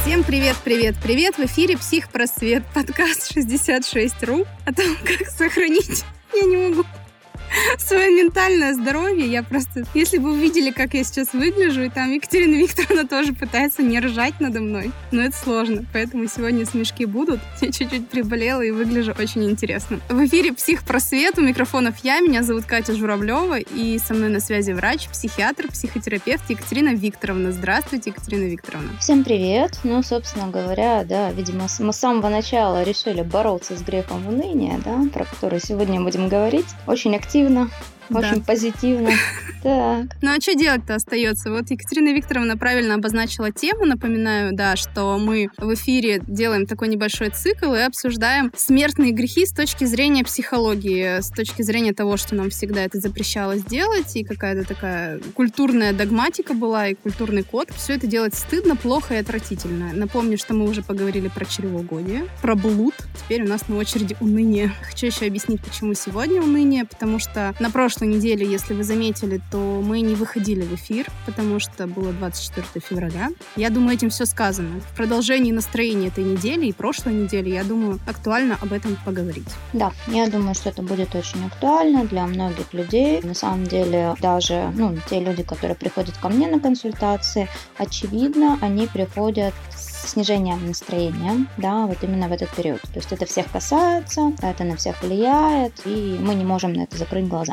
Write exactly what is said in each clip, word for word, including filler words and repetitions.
Всем привет, привет, привет! В эфире «Психпросвет», подкаст шестьдесят шесть ру о том, как сохранить... Я не могу... свое ментальное здоровье. Я просто... Если бы вы видели, как я сейчас выгляжу, и там Екатерина Викторовна тоже пытается не ржать надо мной, но это сложно, поэтому сегодня смешки будут. Я чуть-чуть приболела и выгляжу очень интересно. В эфире «Психпросвет», у микрофонов я, меня зовут Катя Журавлева, и со мной на связи врач, психиатр, психотерапевт Екатерина Викторовна. Здравствуйте, Екатерина Викторовна. Всем привет. Ну, собственно говоря, да, видимо, мы с самого начала решили бороться с грехом уныния, да, про который сегодня будем говорить. Очень активно. Очень да. позитивно. Так. Ну а что делать-то остается? Вот Екатерина Викторовна правильно обозначила тему. Напоминаю, да, что мы в эфире делаем такой небольшой цикл и обсуждаем смертные грехи с точки зрения психологии, с точки зрения того, что нам всегда это запрещалось делать, и какая-то такая культурная догматика была, и культурный код. Все это делать стыдно, плохо и отвратительно. Напомню, что мы уже поговорили про чревоугодие, про блуд. Теперь у нас на очереди уныние. Хочу еще объяснить, почему сегодня уныние, потому что на прошлой неделе, если вы заметили, то мы не выходили в эфир, потому что было двадцать четвёртого февраля. Я думаю, этим все сказано. В продолжении настроения этой недели и прошлой недели, я думаю, актуально об этом поговорить. Да, я думаю, что это будет очень актуально для многих людей. На самом деле, даже ну, те люди, которые приходят ко мне на консультации, очевидно, они приходят с снижением настроения, да, вот именно в этот период. То есть это всех касается, это на всех влияет, и мы не можем на это закрыть глаза.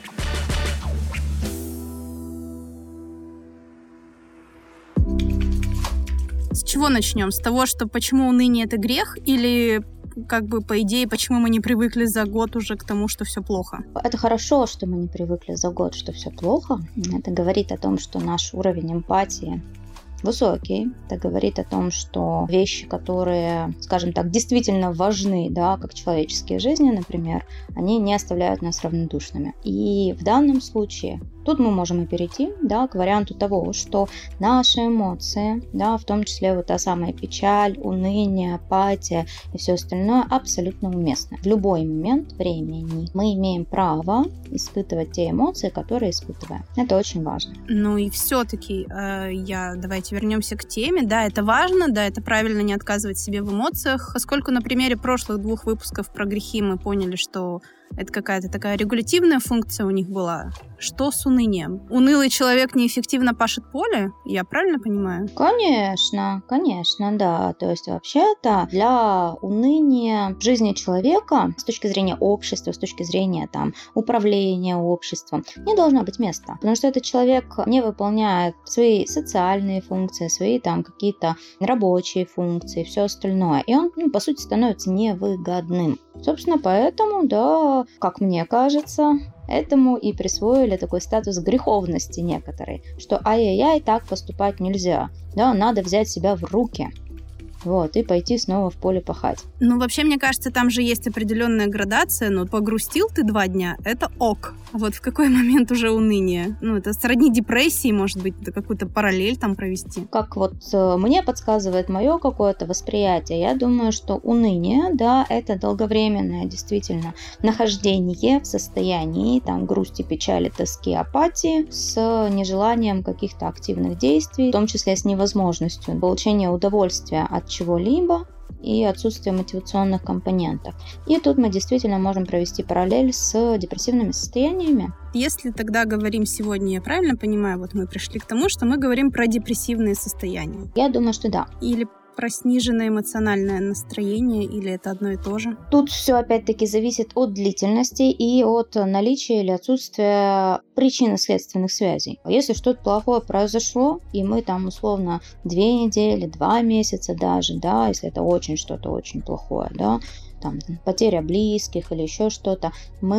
С чего начнем? С того, что почему уныние — это грех, или как бы по идее, почему мы не привыкли за год уже к тому, что все плохо? Это хорошо, что мы не привыкли за год, что все плохо. Это говорит о том, что наш уровень эмпатии высокий. Это говорит о том, что вещи, которые, скажем так, действительно важны, да, как человеческие жизни, например, они не оставляют нас равнодушными. И в данном случае тут мы можем и перейти, да, к варианту того, что наши эмоции, да, в том числе вот та самая печаль, уныние, апатия и все остальное абсолютно уместны. В любой момент времени мы имеем право испытывать те эмоции, которые испытываем. Это очень важно. Ну и все-таки э, я давайте вернемся к теме. Да, это важно, да, это правильно не отказывать себе в эмоциях. Поскольку на примере прошлых двух выпусков про грехи мы поняли, что это какая-то такая регулятивная функция у них была. Что с унынием? Унылый человек неэффективно пашет поле? Я правильно понимаю? Конечно, конечно, да. То есть вообще-то для уныния в жизни человека с точки зрения общества, с точки зрения там управления обществом не должно быть места. Потому что этот человек не выполняет свои социальные функции, свои там какие-то рабочие функции, все остальное. И он, ну, по сути, становится невыгодным. Собственно, поэтому, да, как мне кажется, этому и присвоили такой статус греховности некоторые, что ай-яй-яй, так поступать нельзя, да, надо взять себя в руки. Вот, и пойти снова в поле пахать. Ну, вообще, мне кажется, там же есть определенная градация, но погрустил ты два дня, это ок. А вот в какой момент уже уныние? Ну, это сродни депрессии, может быть, какую-то параллель там провести. Как вот мне подсказывает мое какое-то восприятие, я думаю, что уныние, да, это долговременное действительно нахождение в состоянии там грусти, печали, тоски, апатии с нежеланием каких-то активных действий, в том числе с невозможностью получения удовольствия от чего-либо и отсутствие мотивационных компонентов. И тут мы действительно можем провести параллель с депрессивными состояниями. Если тогда говорим сегодня, я правильно понимаю, вот мы пришли к тому, что мы говорим про депрессивные состояния? Я думаю, что да. Или про сниженное эмоциональное настроение, или это одно и то же? Тут все опять-таки зависит от длительности и от наличия или отсутствия причинно-следственных связей. Если что-то плохое произошло, и мы там условно две недели, два месяца даже, да, если это очень что-то очень плохое, да, там, потеря близких или еще что-то,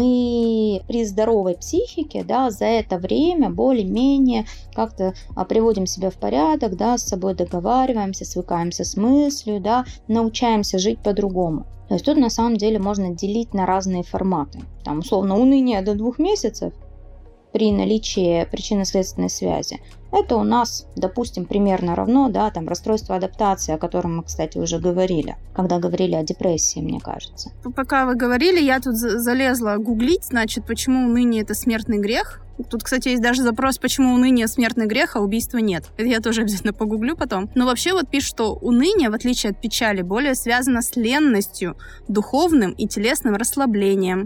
мы при здоровой психике, да, за это время более-менее как-то приводим себя в порядок, да, с собой договариваемся, свыкаемся с мыслью, да, научаемся жить по-другому. То есть тут на самом деле можно делить на разные форматы. Там, условно, уныние до двух месяцев, при наличии причинно-следственной связи. Это у нас, допустим, примерно равно, да, там, расстройство адаптации, о котором мы, кстати, уже говорили, когда говорили о депрессии, мне кажется. Пока вы говорили, я тут залезла гуглить, значит, почему уныние – это смертный грех. Тут, кстати, есть даже запрос, почему уныние – смертный грех, а убийства нет. Это я тоже обязательно погуглю потом. Но вообще вот пишут, что уныние, в отличие от печали, более связано с ленностью, духовным и телесным расслаблением.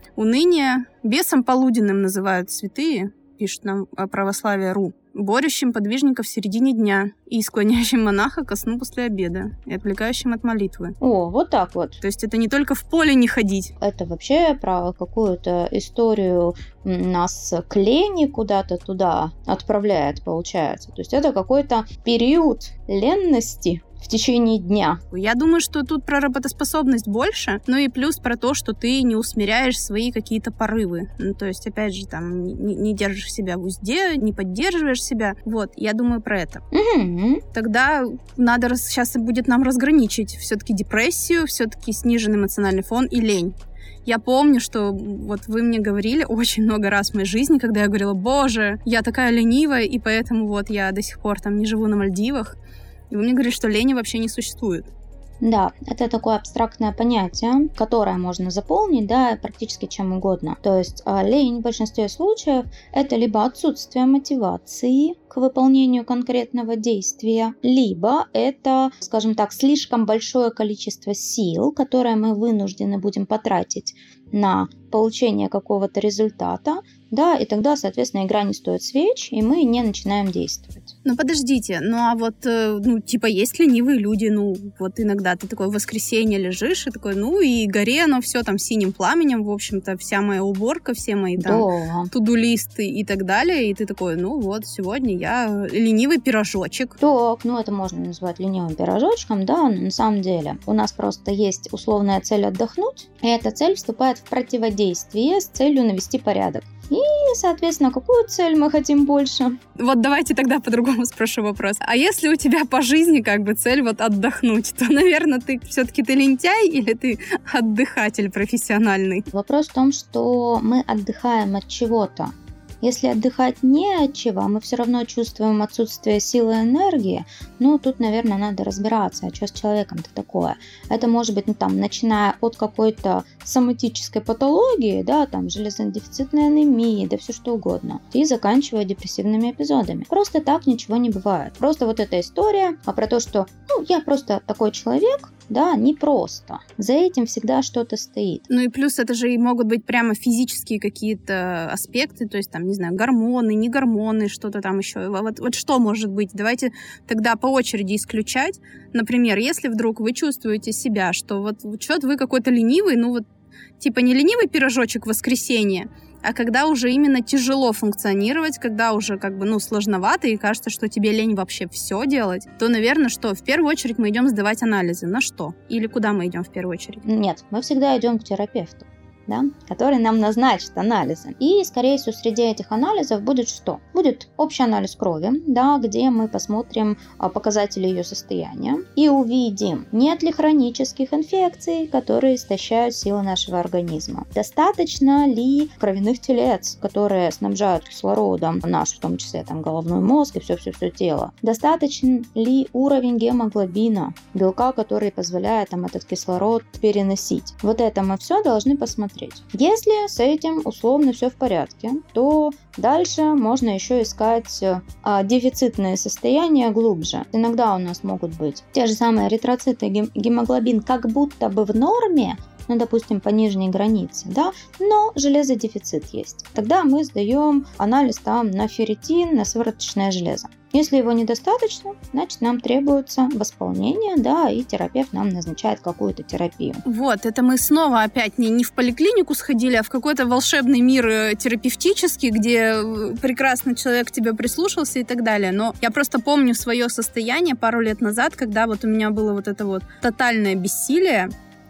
Уныние бесом полуденным называют святые, пишут нам православие точка ру, борющим подвижника в середине дня и склоняющим монаха ко сну после обеда и отвлекающим от молитвы. О, вот так вот. То есть это не только в поле не ходить. Это вообще про какую-то историю нас к лени куда-то туда отправляет, получается. То есть это какой-то период ленности в течение дня. Я думаю, что тут про работоспособность больше, ну и плюс про то, что ты не усмиряешь свои какие-то порывы. Ну, то есть, опять же, там, не, не держишь себя в узде, не поддерживаешь себя. Вот, я думаю про это. Угу. Тогда надо раз, сейчас будет нам разграничить все-таки депрессию, все-таки сниженный эмоциональный фон и лень. Я помню, что вот вы мне говорили очень много раз в моей жизни, когда я говорила: боже, я такая ленивая, и поэтому вот я до сих пор там не живу на Мальдивах. И вы мне говорите, что лени вообще не существует. Да, это такое абстрактное понятие, которое можно заполнить, да, практически чем угодно. То есть лень в большинстве случаев это либо отсутствие мотивации к выполнению конкретного действия, либо это, скажем так, слишком большое количество сил, которое мы вынуждены будем потратить на получение какого-то результата, да, и тогда, соответственно, игра не стоит свеч, и мы не начинаем действовать. Ну, подождите, ну, а вот, ну, типа, есть ленивые люди, ну, вот иногда ты такой в воскресенье лежишь, и такой, ну, и горе оно все там синим пламенем, в общем-то, вся моя уборка, все мои там да. туду-листы и так далее, и ты такой, ну, вот, сегодня я ленивый пирожочек. Так, ну, это можно назвать ленивым пирожочком, да, но на самом деле у нас просто есть условная цель отдохнуть, и эта цель вступает в противодействие с целью навести порядок. И, соответственно, какую цель мы хотим больше? Вот давайте тогда по-другому спрошу вопрос. А если у тебя по жизни как бы цель вот отдохнуть, то, наверное, ты все-таки ты лентяй или ты отдыхатель профессиональный? Вопрос в том, что мы отдыхаем от чего-то. Если отдыхать не от чего, мы все равно чувствуем отсутствие силы и энергии, ну, тут, наверное, надо разбираться, а что с человеком-то такое. Это может быть, ну, там, начиная от какой-то соматической патологии, да, там, железодефицитной анемии, да все что угодно, и заканчивая депрессивными эпизодами. Просто так ничего не бывает. Просто вот эта история, а про то, что, ну, я просто такой человек, да, не просто. За этим всегда что-то стоит. Ну и плюс это же и могут быть прямо физические какие-то аспекты, то есть там, не знаю, гормоны, не гормоны, что-то там еще. Вот, вот что может быть? Давайте тогда по очереди исключать. Например, если вдруг вы чувствуете себя, что вот что-то вы какой-то ленивый, ну вот типа не ленивый пирожочек в воскресенье, а когда уже именно тяжело функционировать, когда уже как бы, ну, сложновато и кажется, что тебе лень вообще все делать, то, наверное, что в первую очередь мы идем сдавать анализы. На что? Или куда мы идем в первую очередь? Нет, мы всегда идем к терапевту, да, который нам назначит анализы. И, скорее всего, среди этих анализов будет что? Будет общий анализ крови, да, где мы посмотрим показатели ее состояния и увидим, нет ли хронических инфекций, которые истощают силы нашего организма. Достаточно ли кровяных телец, которые снабжают кислородом наш, в том числе там, головной мозг и все-все-все тело. Достаточно ли уровень гемоглобина, белка, который позволяет там, этот кислород переносить. Вот это мы все должны посмотреть. Если с этим условно все в порядке, то дальше можно еще искать а, дефицитные состояния глубже. Иногда у нас могут быть те же самые эритроциты, гем- гемоглобин как будто бы в норме, ну, допустим, по нижней границе, да, но железодефицит есть. Тогда мы сдаем анализ там на ферритин, на сывороточное железо. Если его недостаточно, значит, нам требуется восполнение, да, и терапевт нам назначает какую-то терапию. Вот, это мы снова опять не, не в поликлинику сходили, а в какой-то волшебный мир терапевтический, где прекрасно человек к тебе прислушался и так далее. Но я просто помню свое состояние пару лет назад, когда вот у меня было вот это вот тотальное бессилие,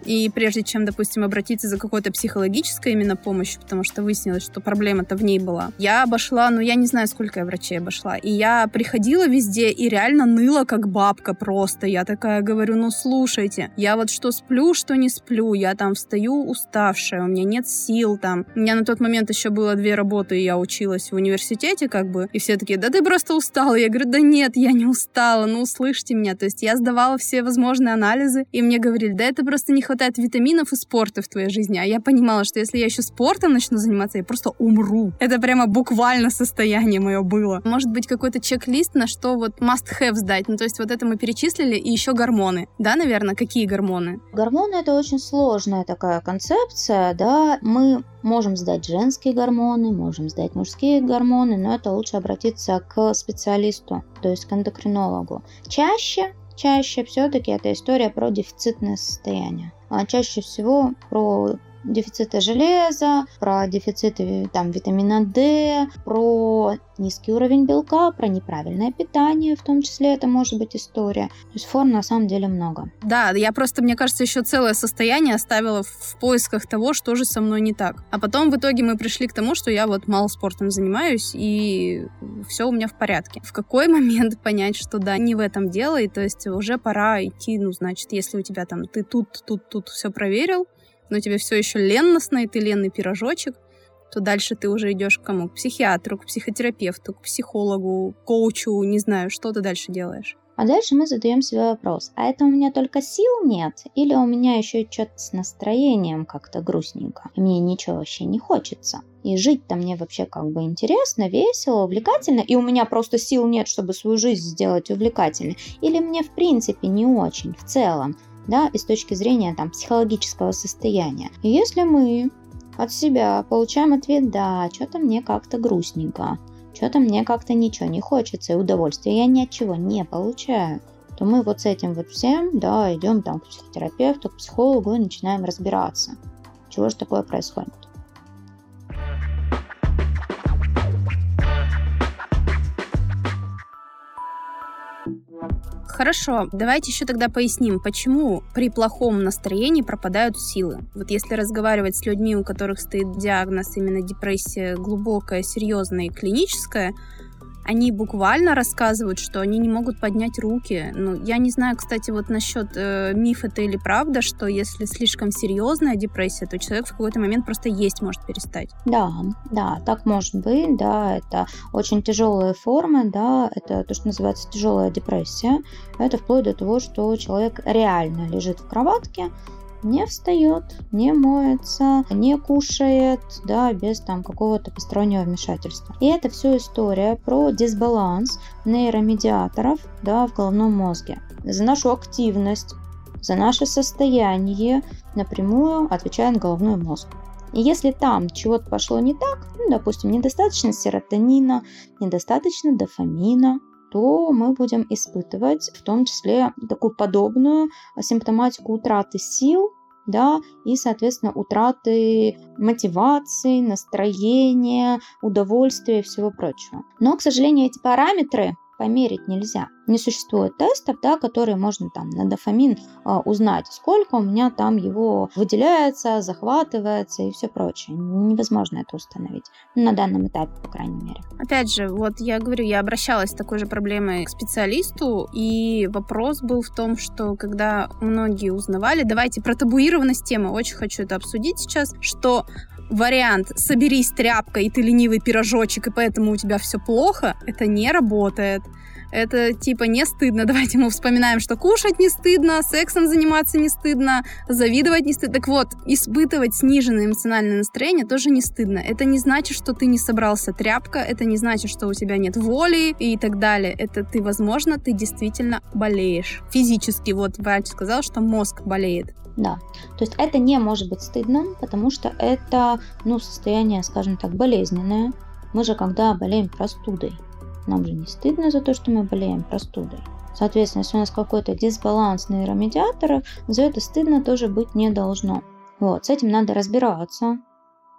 И прежде чем, допустим, обратиться за какой-то психологической именно помощью, потому что выяснилось, что проблема-то в ней была, я обошла, ну, я не знаю, сколько я врачей обошла. И я приходила везде и реально ныла, как бабка просто. Я такая говорю, ну, слушайте, я вот что сплю, что не сплю, я там встаю уставшая, у меня нет сил там. У меня на тот момент еще было две работы, и я училась в университете, как бы, и все такие, да ты просто устала. Я говорю, да нет, я не устала, ну, услышьте меня. То есть я сдавала все возможные анализы, и мне говорили, да это просто не хватает витаминов и спорта в твоей жизни. А я понимала, что если я еще спортом начну заниматься, я просто умру. Это прямо буквально состояние мое было. Может быть, какой-то чек-лист, на что вот must-have сдать. Ну, то есть вот это мы перечислили, и еще гормоны. Да, наверное? Какие гормоны? Гормоны — это очень сложная такая концепция, да. Мы можем сдать женские гормоны, можем сдать мужские гормоны, но это лучше обратиться к специалисту, то есть к эндокринологу. Чаще Чаще все-таки это история про дефицитное состояние. А чаще всего про дефициты железа, про дефициты там, витамина D, про низкий уровень белка, про неправильное питание, в том числе это может быть история. То есть форм на самом деле много. Да, я просто, мне кажется, еще целое состояние оставила в поисках того, что же со мной не так. А потом в итоге мы пришли к тому, что я вот мало спортом занимаюсь, и все у меня в порядке. В какой момент понять, что да, не в этом дело, и то есть уже пора идти, ну, значит, если у тебя там, ты тут, тут, тут все проверил, но тебе все еще ленностно, и ты ленный пирожочек, то дальше ты уже идешь к кому? К психиатру, к психотерапевту, к психологу, к коучу, не знаю, что ты дальше делаешь. А дальше мы задаем себе вопрос, а это у меня только сил нет? Или у меня еще что-то с настроением как-то грустненько? И мне ничего вообще не хочется. И жить-то мне вообще как бы интересно, весело, увлекательно, и у меня просто сил нет, чтобы свою жизнь сделать увлекательной. Или мне в принципе не очень, в целом. Да, и с точки зрения там, психологического состояния. И если мы от себя получаем ответ, да, что-то мне как-то грустненько, что-то мне как-то ничего не хочется, и удовольствия я ни от чего не получаю, то мы вот с этим вот всем, да, идем там к психотерапевту, к психологу и начинаем разбираться, чего же такое происходит. Хорошо, давайте еще тогда поясним, почему при плохом настроении пропадают силы. Вот если разговаривать с людьми, у которых стоит диагноз именно депрессия глубокая, серьезная и клиническая, они буквально рассказывают, что они не могут поднять руки. Ну, я не знаю, кстати, вот насчет э, миф это или правда, что если слишком серьезная депрессия, то человек в какой-то момент просто есть может перестать. Да, да, так может быть, да, это очень тяжелые формы, да, это то, что называется тяжелая депрессия. Это вплоть до того, что человек реально лежит в кроватке, не встает, не моется, не кушает, да, без там какого-то постороннего вмешательства. И это все история про дисбаланс нейромедиаторов, да, в головном мозге. За нашу активность, за наше состояние напрямую отвечает головной мозг. И если там чего-то пошло не так, ну, допустим, недостаточно серотонина, недостаточно дофамина, то мы будем испытывать в том числе такую подобную симптоматику утраты сил, да, и, соответственно, утраты мотивации, настроения, удовольствия и всего прочего. Но, к сожалению, эти параметры померить нельзя. Не существует тестов, да, которые можно там на дофамин э, узнать, сколько у меня там его выделяется, захватывается и все прочее. Невозможно это установить. На данном этапе, по крайней мере. Опять же, вот я говорю, я обращалась с такой же проблемой к специалисту, и вопрос был в том, что когда многие узнавали, давайте про табуированность темы, очень хочу это обсудить сейчас, что вариант «соберись, тряпка, и ты ленивый пирожочек, и поэтому у тебя все плохо» — это не работает. Это типа не стыдно. Давайте мы вспоминаем, что кушать не стыдно, сексом заниматься не стыдно, завидовать не стыдно. Так вот, испытывать сниженное эмоциональное настроение тоже не стыдно. Это не значит, что ты не собрался тряпка, это не значит, что у тебя нет воли и так далее. Это ты, возможно, ты действительно болеешь. Физически, вот врач сказал, что мозг болеет. Да, то есть это не может быть стыдно, потому что это, ну, состояние, скажем так, болезненное. Мы же когда болеем простудой, нам же не стыдно за то, что мы болеем простудой. Соответственно, если у нас какой-то дисбаланс нейромедиаторов, за это стыдно тоже быть не должно. Вот, с этим надо разбираться.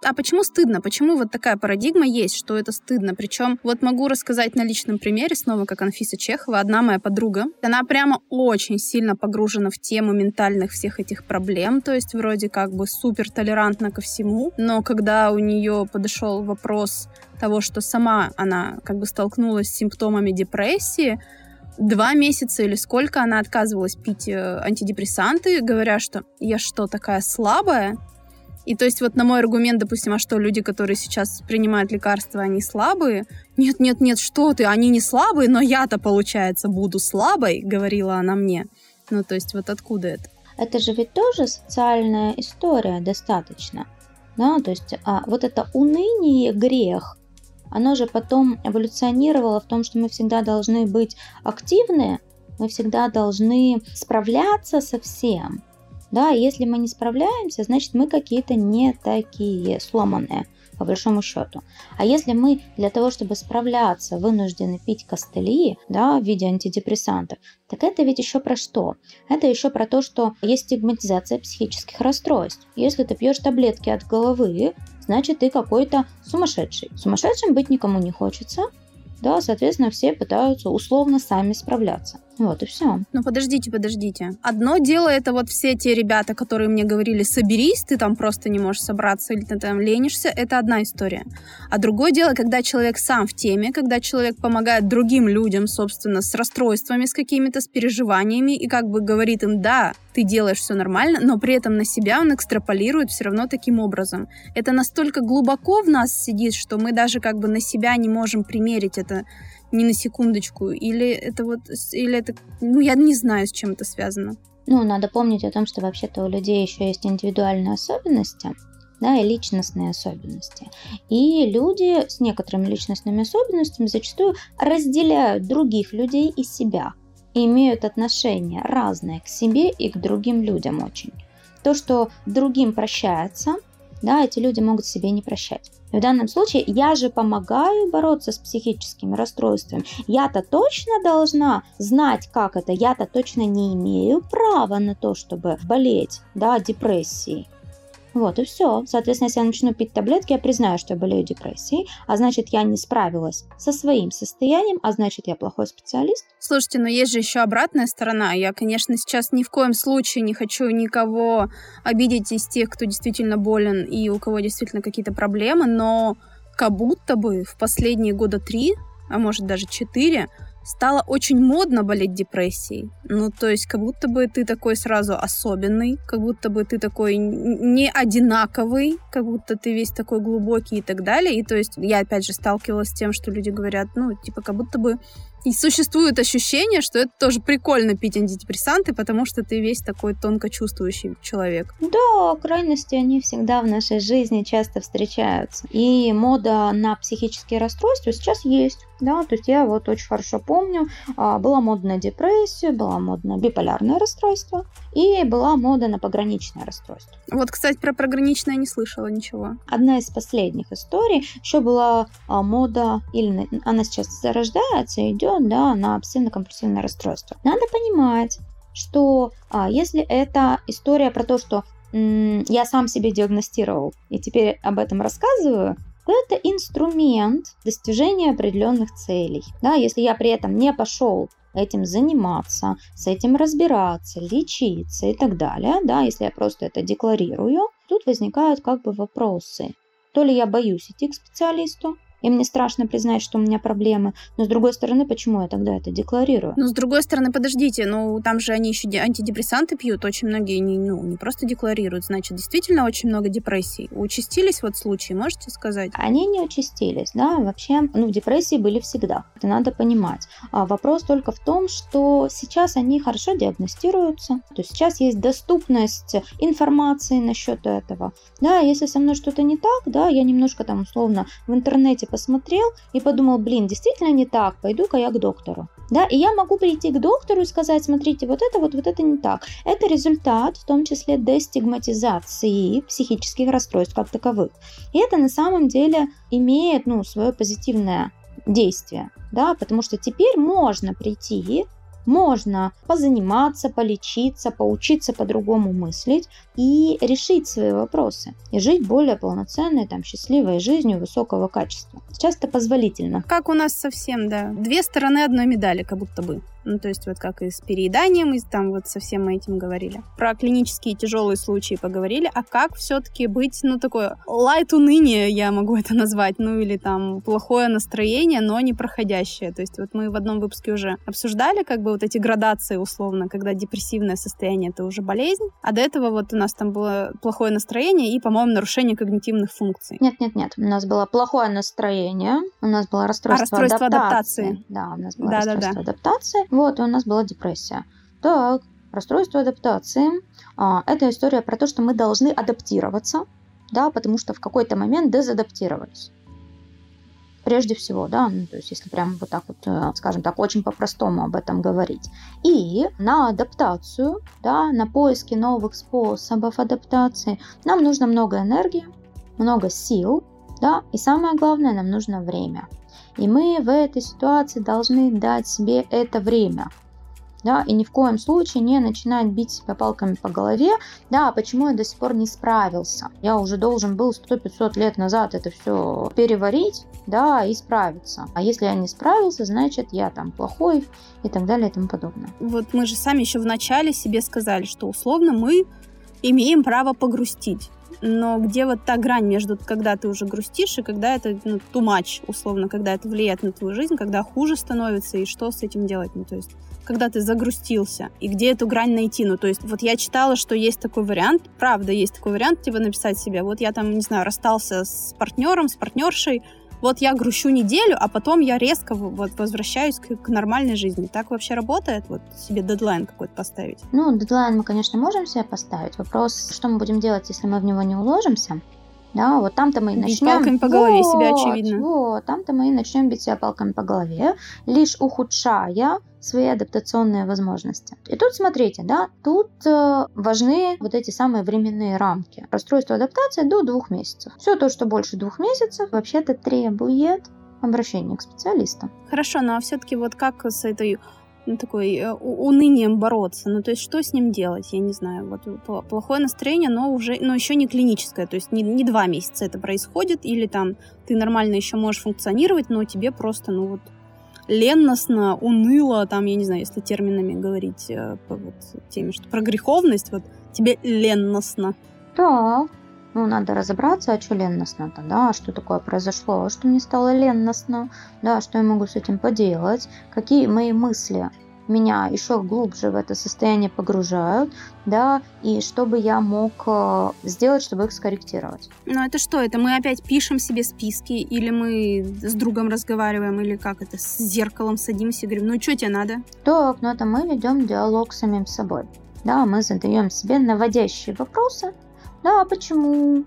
А почему стыдно? Почему вот такая парадигма есть, что это стыдно? Причем вот могу рассказать на личном примере, снова как Анфиса Чехова, одна моя подруга. Она прямо очень сильно погружена в тему ментальных всех этих проблем, то есть вроде как бы супер толерантна ко всему, но когда у нее подошел вопрос того, что сама она как бы столкнулась с симптомами депрессии, два месяца или сколько она отказывалась пить антидепрессанты, говоря, что я что, такая слабая? И то есть вот на мой аргумент, допустим, а что, люди, которые сейчас принимают лекарства, они слабые? Нет, нет, нет, что ты, они не слабые, но я-то, получается, буду слабой, говорила она мне. Ну, то есть вот откуда это? Это же ведь тоже социальная история достаточно. Да, то есть а, вот это уныние, грех, оно же потом эволюционировало в том, что мы всегда должны быть активны, мы всегда должны справляться со всем. Да, если мы не справляемся, значит мы какие-то не такие сломанные, по большому счету. А если мы для того, чтобы справляться, вынуждены пить костыли, да, в виде антидепрессантов, так это ведь еще про что? Это еще про то, что есть стигматизация психических расстройств. Если ты пьешь таблетки от головы, значит ты какой-то сумасшедший. Сумасшедшим быть никому не хочется. Да, соответственно, все пытаются условно сами справляться. Вот и все. Ну, подождите, подождите. Одно дело, это вот все те ребята, которые мне говорили, соберись, ты там просто не можешь собраться, или ты там ленишься, это одна история. А другое дело, когда человек сам в теме, когда человек помогает другим людям, собственно, с расстройствами, с какими-то, с переживаниями, и как бы говорит им, да, ты делаешь все нормально, но при этом на себя он экстраполирует все равно таким образом. Это настолько глубоко в нас сидит, что мы даже как бы на себя не можем примерить это ни на секундочку. Или это вот, или это, ну, я не знаю, с чем это связано. Ну, надо помнить о том, что вообще-то у людей еще есть индивидуальные особенности, да, и личностные особенности. И люди с некоторыми личностными особенностями зачастую разделяют других людей и себя. И имеют отношение разное к себе и к другим людям очень. То, что другим прощается, да, эти люди могут себе не прощать. И в данном случае я же помогаю бороться с психическими расстройствами. Я-то точно должна знать, как это. Я-то точно не имею права на то, чтобы болеть, да, депрессией. Вот и все. Соответственно, если я начну пить таблетки, я признаю, что я болею депрессией, а значит, я не справилась со своим состоянием, а значит, я плохой специалист. Слушайте, но есть же еще обратная сторона. Я, конечно, сейчас ни в коем случае не хочу никого обидеть из тех, кто действительно болен и у кого действительно какие-то проблемы, но как будто бы в последние года три, а может даже четыре, стало очень модно болеть депрессией. Ну, то есть, как будто бы ты такой сразу особенный, как будто бы ты такой не одинаковый, как будто ты весь такой глубокий и так далее. И то есть, я опять же сталкивалась с тем, что люди говорят, ну, типа, как будто бы и существует ощущение, что это тоже прикольно пить антидепрессанты, потому что ты весь такой тонко чувствующий человек. Да, крайности, они всегда в нашей жизни часто встречаются. И мода на психические расстройства сейчас есть. Да, то есть я вот очень хорошо помню, была мода на депрессию, была мода на биполярное расстройство и была мода на пограничное расстройство. Вот, кстати, про пограничное не слышала ничего. Одна из последних историй, еще была мода, или она сейчас зарождается, идет, да, на обсессивно-компульсивное расстройство. Надо понимать, что а, если это история про то, что м- я сам себе диагностировал и теперь об этом рассказываю, то это инструмент достижения определенных целей. Да, если я при этом не пошел этим заниматься, с этим разбираться, лечиться и так далее, да, если я просто это декларирую, тут возникают как бы вопросы. То ли я боюсь идти к специалисту, и мне страшно признать, что у меня проблемы. Но с другой стороны, почему я тогда это декларирую? Ну, с другой стороны, подождите, ну, там же они еще антидепрессанты пьют, очень многие не, ну, не просто декларируют, значит, действительно очень много депрессий. Участились вот случаи, можете сказать? Они не участились, да, вообще, ну, депрессии были всегда, это надо понимать. А вопрос только в том, что сейчас они хорошо диагностируются, то есть сейчас есть доступность информации насчет этого. Да, если со мной что-то не так, да, я немножко там условно в интернете посмотрел и подумал, блин, действительно не так, пойду-ка я к доктору. Да, и я могу прийти к доктору и сказать, смотрите, вот это вот, вот это не так. Это результат, в том числе, дестигматизации психических расстройств как таковых. И это на самом деле имеет, ну, свое позитивное действие, да, потому что теперь можно прийти можно позаниматься, полечиться, поучиться по-другому мыслить и решить свои вопросы. И жить более полноценной, там, счастливой жизнью высокого качества. Сейчас это позволительно. Как у нас совсем, да. Две стороны одной медали, как будто бы. Ну, то есть вот как и с перееданием, и там вот со всем этим говорили. Про клинические тяжелые случаи поговорили, а как все-таки быть, ну, такое лайт уныние, я могу это назвать, ну, или там плохое настроение, но не проходящее. То есть вот мы в одном выпуске уже обсуждали как бы вот эти градации условно, когда депрессивное состояние — это уже болезнь, а до этого вот у нас там было плохое настроение и, по-моему, нарушение когнитивных функций. Нет-нет-нет, у нас было плохое настроение, у нас было расстройство, а, расстройство адаптации. адаптации. Да, у нас было да, расстройство да, да. адаптации. Вот, и у нас была депрессия. Так, расстройство адаптации. А, это история про то, что мы должны адаптироваться, да, потому что в какой-то момент дезадаптировались. Прежде всего, да, ну, то есть если прямо вот так вот, скажем так, очень по-простому об этом говорить. И на адаптацию, да, на поиски новых способов адаптации нам нужно много энергии, много сил, да, и самое главное, нам нужно время. И мы в этой ситуации должны дать себе это время, да, и ни в коем случае не начинать бить себя палками по голове, да, почему я до сих пор не справился. Я уже должен был сто-пятьсот лет назад это все переварить, да, и справиться. А если я не справился, значит, я там плохой и так далее и тому подобное. Вот мы же сами еще в начале себе сказали, что условно мы имеем право погрустить. Но где вот та грань между, когда ты уже грустишь, и когда это, ну, too much, условно, когда это влияет на твою жизнь, когда хуже становится, и что с этим делать? Ну, то есть, когда ты загрустился, и где эту грань найти? Ну, то есть, вот я читала, что есть такой вариант, правда, есть такой вариант, типа написать себе, вот я там, не знаю, расстался с партнером, с партнершей, вот я грущу неделю, а потом я резко вот возвращаюсь к, к нормальной жизни. Так вообще работает? Вот себе дедлайн какой-то поставить? Ну, дедлайн мы, конечно, можем себе поставить. Вопрос, что мы будем делать, если мы в него не уложимся? Да, вот там-то мы и бить начнем... палками по голове вот, себя, очевидно. Вот, там-то мы и начнем бить себя палками по голове, лишь ухудшая свои адаптационные возможности. И тут, смотрите, да, тут э, важны вот эти самые временные рамки. Расстройство адаптации до двух месяцев. Все то, что больше двух месяцев, вообще-то требует обращения к специалисту. Хорошо, но все-таки вот как с этой... ну, такой э, унынием бороться. Ну, то есть, что с ним делать? Я не знаю. Вот плохое настроение, но уже, но еще не клиническое. То есть, не, не два месяца это происходит, или там ты нормально еще можешь функционировать, но тебе просто, ну, вот, ленностно, уныло, там, я не знаю, если терминами говорить э, по вот теме, что про греховность, вот, тебе ленностно. Так, ну, надо разобраться, а что ленностно-то, да, что такое произошло, что мне стало ленностно, да, что я могу с этим поделать, какие мои мысли меня еще глубже в это состояние погружают, да, и что бы я мог сделать, чтобы их скорректировать. Ну, это что, это мы опять пишем себе списки, или мы с другом разговариваем, или как это, с зеркалом садимся и говорим, ну, что тебе надо? Так, ну, это мы ведем диалог с самим собой, да, мы задаем себе наводящие вопросы. Да, почему?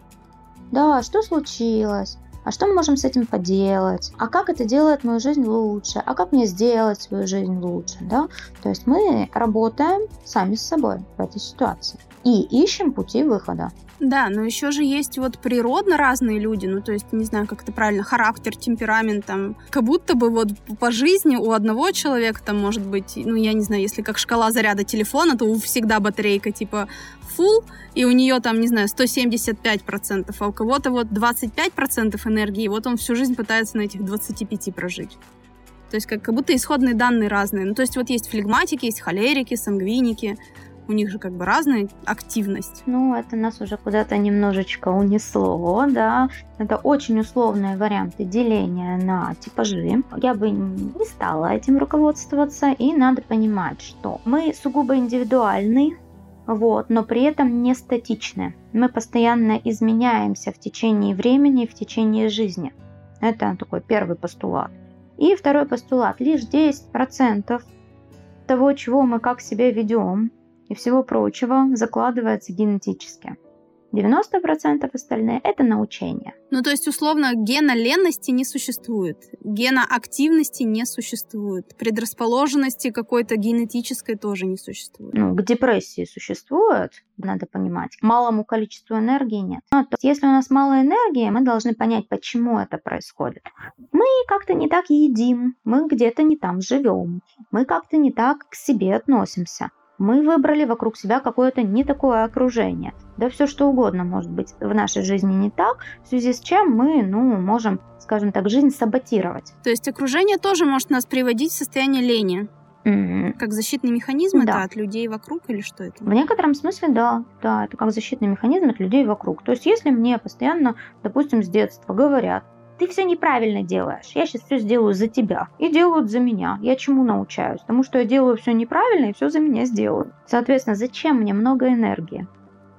Да, что случилось? А что мы можем с этим поделать? А как это делает мою жизнь лучше? А как мне сделать свою жизнь лучше? Да? То есть мы работаем сами с собой в этой ситуации и ищем пути выхода. Да, но еще же есть вот природно разные люди, ну, то есть, не знаю, как это правильно, характер, темперамент, там, как будто бы вот по жизни у одного человека там может быть, ну, я не знаю, если как шкала заряда телефона, то у всегда батарейка типа full, и у нее там, не знаю, сто семьдесят пять процентов, а у кого-то вот двадцать пять процентов энергии, и вот он всю жизнь пытается на этих двадцати пяти прожить. То есть как, как будто исходные данные разные. Ну, то есть вот есть флегматики, есть холерики, сангвиники, у них же как бы разная активность. Ну, это нас уже куда-то немножечко унесло, да. Это очень условные варианты деления на типажи. Я бы не стала этим руководствоваться, и надо понимать, что мы сугубо индивидуальны, вот, но при этом не статичны. Мы постоянно изменяемся в течение времени и в течение жизни. Это такой первый постулат. И второй постулат. Лишь десять процентов того, чего мы как себя ведем, и всего прочего закладывается генетически. девяносто процентов остальные – это научение. Ну, то есть, условно, гена ленности не существует, гена активности не существует, предрасположенности какой-то генетической тоже не существует. Ну, к депрессии существует, надо понимать, к малому количеству энергии нет. Ну, то есть, если у нас мало энергии, мы должны понять, почему это происходит. Мы как-то не так едим, мы где-то не там живем, мы как-то не так к себе относимся. Мы выбрали вокруг себя какое-то не такое окружение. Да все что угодно может быть в нашей жизни не так, в связи с чем мы, ну, можем, скажем так, жизнь саботировать. То есть окружение тоже может нас приводить в состояние лени? Mm-hmm. Как защитный механизм да. это от людей вокруг или что это? В некотором смысле да, да, это как защитный механизм от людей вокруг. То есть если мне постоянно, допустим, с детства говорят, ты все неправильно делаешь, я сейчас все сделаю за тебя. И делают за меня. Я чему научаюсь? Потому что я делаю все неправильно и все за меня сделают. Соответственно, зачем мне много энергии?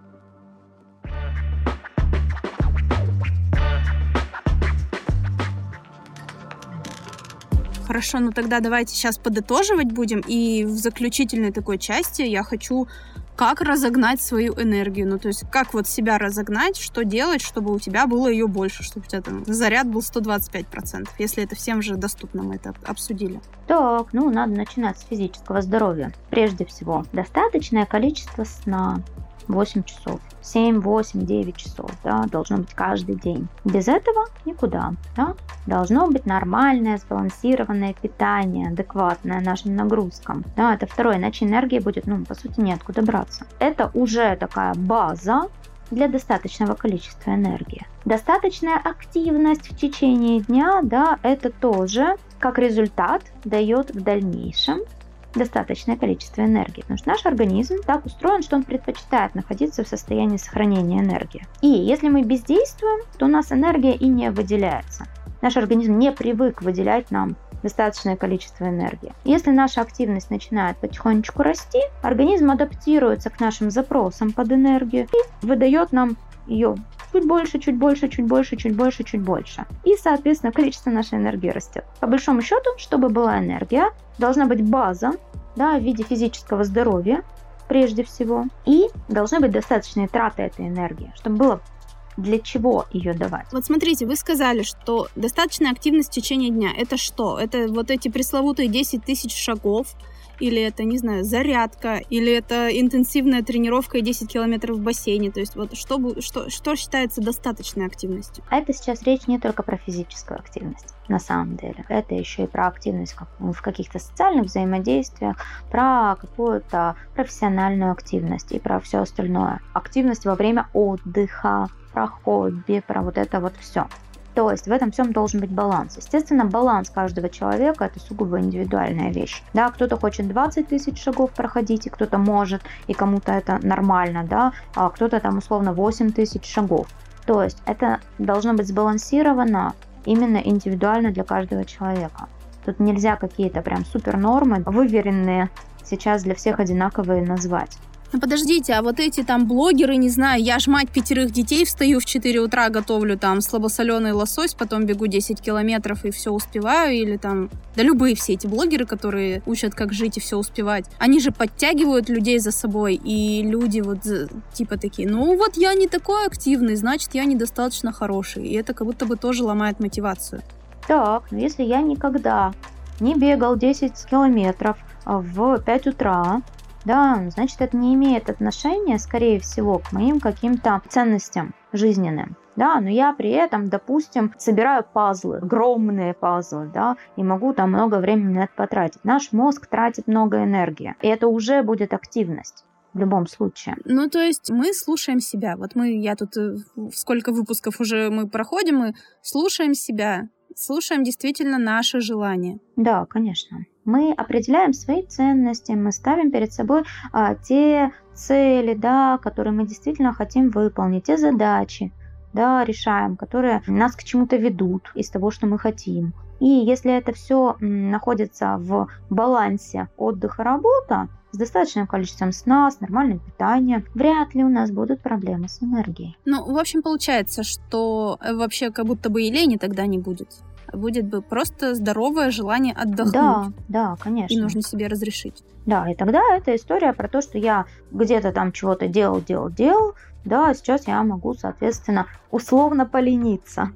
Хорошо, ну тогда давайте сейчас подытоживать будем. И в заключительной такой части я хочу... Как разогнать свою энергию? Ну, то есть, как вот себя разогнать, что делать, чтобы у тебя было ее больше, чтобы у тебя там заряд был сто двадцать пять процентов, если это всем же доступно, мы это обсудили. Так, ну, надо начинать с физического здоровья. Прежде всего, достаточное количество сна. восемь часов. семь, восемь, девять часов, да, должно быть каждый день. Без этого никуда, да. Должно быть нормальное, сбалансированное питание, адекватное нашим нагрузкам. Да, это второе, иначе энергии будет, ну, по сути, неоткуда браться. Это уже такая база для достаточного количества энергии. Достаточная активность в течение дня, да, это тоже, как результат, дает в дальнейшем достаточное количество энергии, потому что наш организм так устроен, что он предпочитает находиться в состоянии сохранения энергии. И если мы бездействуем, то у нас энергия и не выделяется. Наш организм не привык выделять нам достаточное количество энергии. Если наша активность начинает потихонечку расти, организм адаптируется к нашим запросам под энергию и выдает нам ее чуть больше, чуть больше, чуть больше, чуть больше, чуть больше. И, соответственно, количество нашей энергии растет. По большому счету, чтобы была энергия, должна быть база, да, в виде физического здоровья, прежде всего, и должны быть достаточные траты этой энергии, чтобы было для чего ее давать. Вот смотрите, вы сказали, что достаточная активность в течение дня. Это что? Это вот эти пресловутые десять тысяч шагов, или это, не знаю, зарядка, или это интенсивная тренировка и десять километров в бассейне. То есть вот что, что, что считается достаточной активностью? А это сейчас речь не только про физическую активность, на самом деле. Это еще и про активность в каких-то социальных взаимодействиях, про какую-то профессиональную активность и про все остальное. Активность во время отдыха, про хобби, про вот это вот все. То есть в этом всем должен быть баланс. Естественно, баланс каждого человека – это сугубо индивидуальная вещь. Да, кто-то хочет двадцать тысяч шагов проходить, и кто-то может, и кому-то это нормально, да, а кто-то там условно восемь тысяч шагов. То есть это должно быть сбалансировано именно индивидуально для каждого человека. Тут нельзя какие-то прям супер нормы, выверенные, сейчас для всех одинаковые назвать. Ну подождите, а вот эти там блогеры, не знаю, я ж мать пятерых детей, встаю в четыре утра, готовлю там слабосоленый лосось, потом бегу десять километров и все успеваю, или там, да любые все эти блогеры, которые учат, как жить и все успевать, они же подтягивают людей за собой, и люди вот типа такие, ну вот я не такой активный, значит я недостаточно хороший, и это как будто бы тоже ломает мотивацию. Так, но если я никогда не бегал десять километров в пять утра, да, значит, это не имеет отношения, скорее всего, к моим каким-то ценностям жизненным. Да, но я при этом, допустим, собираю пазлы, огромные пазлы, да, и могу там много времени на это потратить. Наш мозг тратит много энергии, и это уже будет активность. В любом случае. Ну, то есть мы слушаем себя. Вот мы, я тут, сколько выпусков уже мы проходим, мы слушаем себя, слушаем действительно наши желания. Да, конечно. Мы определяем свои ценности, мы ставим перед собой а, те цели, да, которые мы действительно хотим выполнить, те задачи, да, решаем, которые нас к чему-то ведут из того, что мы хотим. И если это все находится в балансе отдыха-работа, с достаточным количеством сна, с нормальным питанием, вряд ли у нас будут проблемы с энергией. Ну, в общем, получается, что вообще как будто бы и лени тогда не будет. будет бы просто здоровое желание отдохнуть. Да, да, конечно. И нужно себе разрешить. Да, и тогда это история про то, что я где-то там чего-то делал, делал, делал, да, а сейчас я могу, соответственно, условно полениться.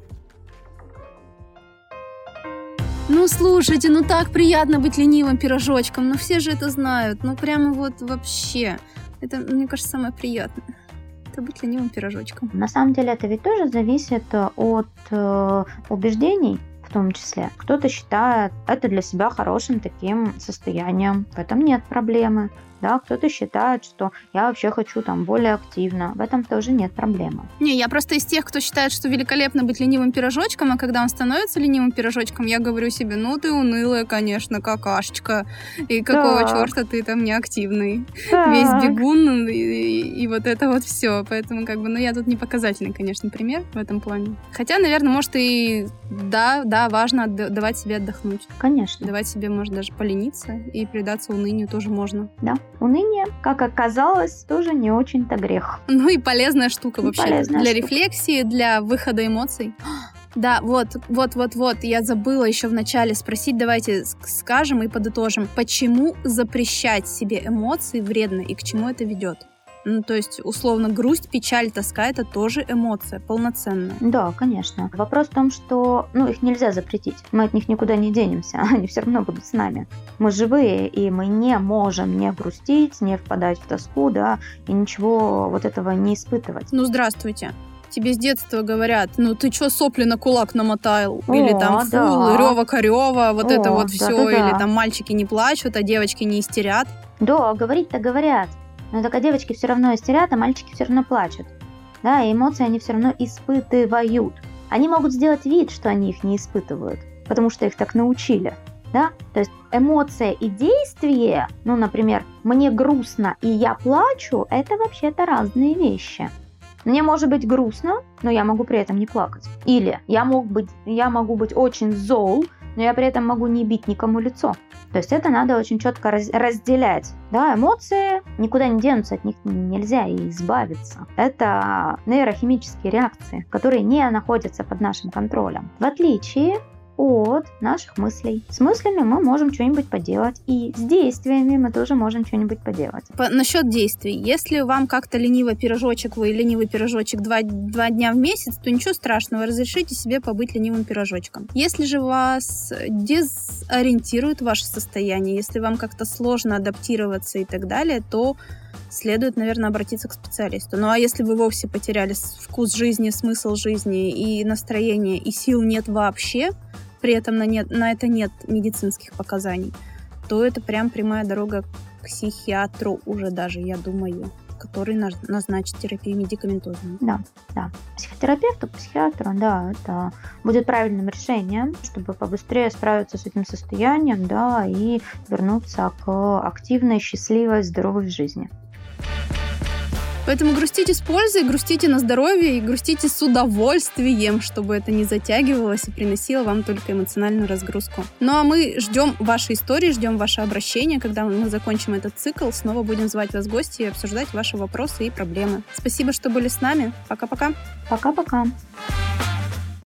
Ну, слушайте, ну так приятно быть ленивым пирожочком, ну все же это знают, ну прямо вот вообще. Это, мне кажется, самое приятное. Это быть ленивым пирожочком. На самом деле это ведь тоже зависит от э, убеждений, в том числе. Кто-то считает это для себя хорошим таким состоянием, в этом нет проблемы. Да, кто-то считает, что я вообще хочу там более активно. В этом тоже нет проблемы. Не, я просто из тех, кто считает, что великолепно быть ленивым пирожочком, а когда он становится ленивым пирожочком, я говорю себе, ну ты унылая, конечно, какашечка. И какого Так. черта ты там неактивный? Так. Весь бегун и, и, и вот это вот все. Поэтому как бы, ну я тут не показательный, конечно, пример в этом плане. Хотя, наверное, может и да, да, важно давать себе отдохнуть. Конечно. Давать себе, может, даже полениться и предаться унынию тоже можно. Да. Уныние, как оказалось, тоже не очень-то грех. Ну и полезная штука И вообще. полезная для штука. рефлексии, для выхода эмоций. Да, вот, вот, вот, вот, я забыла еще в начале спросить, давайте скажем и подытожим, почему запрещать себе эмоции вредно и к чему это ведет? Ну, то есть, условно, грусть, печаль, тоска — это тоже эмоция полноценная. Да, конечно. Вопрос в том, что ну, их нельзя запретить. Мы от них никуда не денемся. Они все равно будут с нами. Мы живые, и мы не можем не грустить, не впадать в тоску, да, и ничего вот этого не испытывать. Ну, здравствуйте. Тебе с детства говорят, ну ты чё сопли на кулак намотал? Или О, там фу, да. рёва-корёва, вот О, это вот все, да-да-да. или там мальчики не плачут, а девочки не истерят. Да, говорить-то говорят. Но только девочки все равно истерят, а мальчики все равно плачут. Да, и эмоции они все равно испытывают. Они могут сделать вид, что они их не испытывают, потому что их так научили. Да? То есть эмоция и действие, ну, например, мне грустно и я плачу, это вообще-то разные вещи. Мне может быть грустно, но я могу при этом не плакать. Или я, мог быть, я могу быть очень зол, но я при этом могу не бить никому лицо. То есть это надо очень четко раз- разделять. Да, эмоции никуда не денутся, от них нельзя и избавиться. Это нейрохимические реакции, которые не находятся под нашим контролем. В отличие от наших мыслей. С мыслями мы можем что-нибудь поделать, и с действиями мы тоже можем что-нибудь поделать. По- насчет действий. Если вам как-то ленивый пирожочек, вы ленивый пирожочек два, два дня в месяц, то ничего страшного, разрешите себе побыть ленивым пирожочком. Если же вас дезориентирует ваше состояние, если вам как-то сложно адаптироваться и так далее, то следует, наверное, обратиться к специалисту. Ну а если вы вовсе потеряли вкус жизни, смысл жизни и настроение, и сил нет вообще, при этом на, нет, на это нет медицинских показаний, то это прям прямая дорога к психиатру уже даже, я думаю, который назначит терапию медикаментозную. Да, да. Психотерапевту, психиатру, да, это будет правильным решением, чтобы побыстрее справиться с этим состоянием, да, и вернуться к активной, счастливой, здоровой жизни. Поэтому грустите с пользой, грустите на здоровье и грустите с удовольствием, чтобы это не затягивалось и приносило вам только эмоциональную разгрузку. Ну а мы ждем ваши истории, ждем ваше обращение. Когда мы закончим этот цикл, снова будем звать вас в гости и обсуждать ваши вопросы и проблемы. Спасибо, что были с нами. Пока-пока. Пока-пока.